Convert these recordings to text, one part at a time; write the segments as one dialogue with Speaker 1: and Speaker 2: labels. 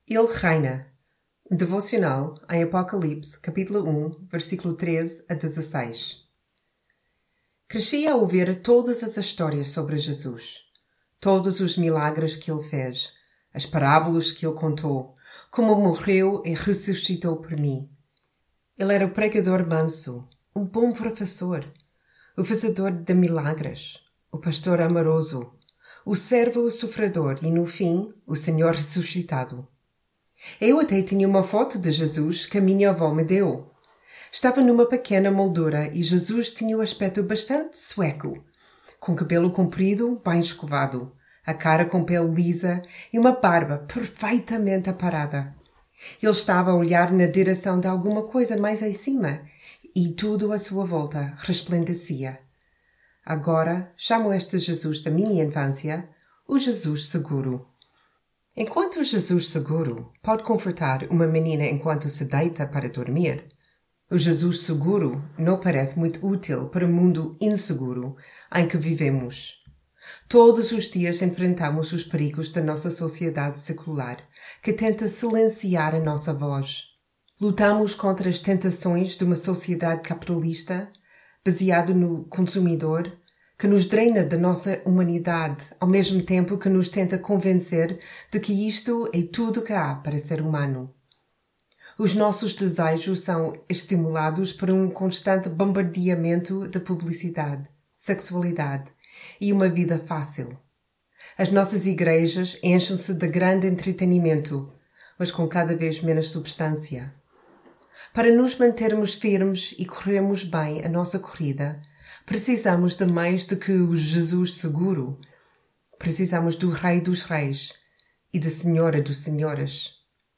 Speaker 1: Ele reina. Devocional em Apocalipse, capítulo 1, versículo 13 a 16. Cresci a ouvir todas as histórias sobre Jesus, todos os milagres que ele fez, as parábolas que ele contou, como morreu e ressuscitou por mim. Ele era o pregador manso, um bom professor, o fazedor de milagres, o pastor amoroso, o servo sofredor e, no fim, o Senhor ressuscitado. Eu até tinha uma foto de Jesus que a minha avó me deu. Estava numa pequena moldura e Jesus tinha um aspecto bastante sueco, com cabelo comprido, bem escovado, a cara com pele lisa e uma barba perfeitamente aparada. Ele estava a olhar na direção de alguma coisa mais em cima e tudo à sua volta resplandecia. Agora chamo este Jesus da minha infância o Jesus seguro. Enquanto o Jesus seguro pode confortar uma menina enquanto se deita para dormir, o Jesus seguro não parece muito útil para o mundo inseguro em que vivemos. Todos os dias enfrentamos os perigos da nossa sociedade secular, que tenta silenciar a nossa voz. Lutamos contra as tentações de uma sociedade capitalista, baseada no consumidor, que nos drena da nossa humanidade, ao mesmo tempo que nos tenta convencer de que isto é tudo que há para ser humano. Os nossos desejos são estimulados por um constante bombardeamento de publicidade, sexualidade e uma vida fácil. As nossas igrejas enchem-se de grande entretenimento, mas com cada vez menos substância. Para nos mantermos firmes e corrermos bem a nossa corrida, precisamos de mais do que o Jesus seguro. Precisamos do Rei dos Reis e da Senhora dos Senhores.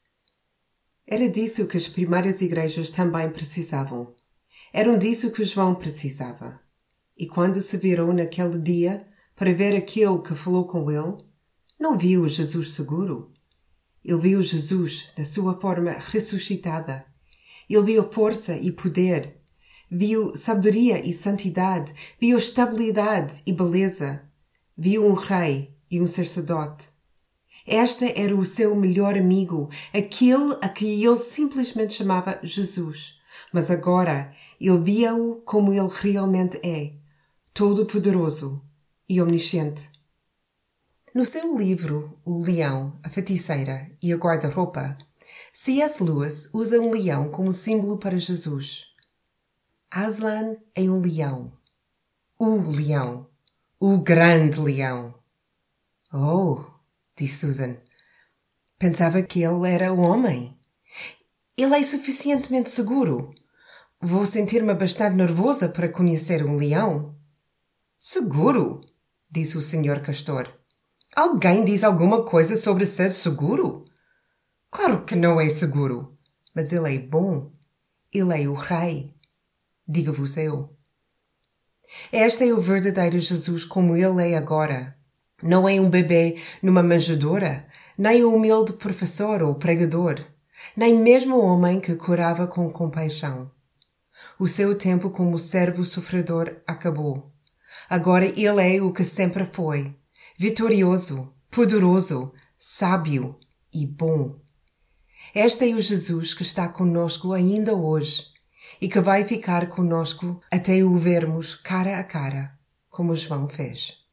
Speaker 1: Era disso que as primeiras igrejas também precisavam. Era disso que João precisava. E quando se virou naquele dia para ver aquele que falou com ele, não viu o Jesus seguro. Ele viu Jesus na sua forma ressuscitada. Ele viu força e poder. Viu sabedoria e santidade, viu estabilidade e beleza, viu um rei e um sacerdote. Este era o seu melhor amigo, aquele a que ele simplesmente chamava Jesus. Mas agora ele via-o como ele realmente é, todo-poderoso e omnisciente. No seu livro O Leão, a Feiticeira e a Guarda-Roupa, C.S. Lewis usa um leão como símbolo para Jesus. Aslan é um leão. O grande leão. Oh, disse Susan. Pensava que ele era um homem. Ele é suficientemente seguro. Vou sentir-me bastante nervosa para conhecer um leão. Seguro? Disse o Sr. Castor. Alguém diz alguma coisa sobre ser seguro? Claro que não é seguro. Mas ele é bom. Ele é o rei. Digo-vos eu. Este é o verdadeiro Jesus como ele é agora. Não é um bebê numa manjedoura, nem um humilde professor ou pregador, nem mesmo o homem que curava com compaixão. O seu tempo como servo sofredor acabou. Agora ele é o que sempre foi, vitorioso, poderoso, sábio e bom. Este é o Jesus que está conosco ainda hoje e que vai ficar conosco até o vermos cara a cara, como João fez.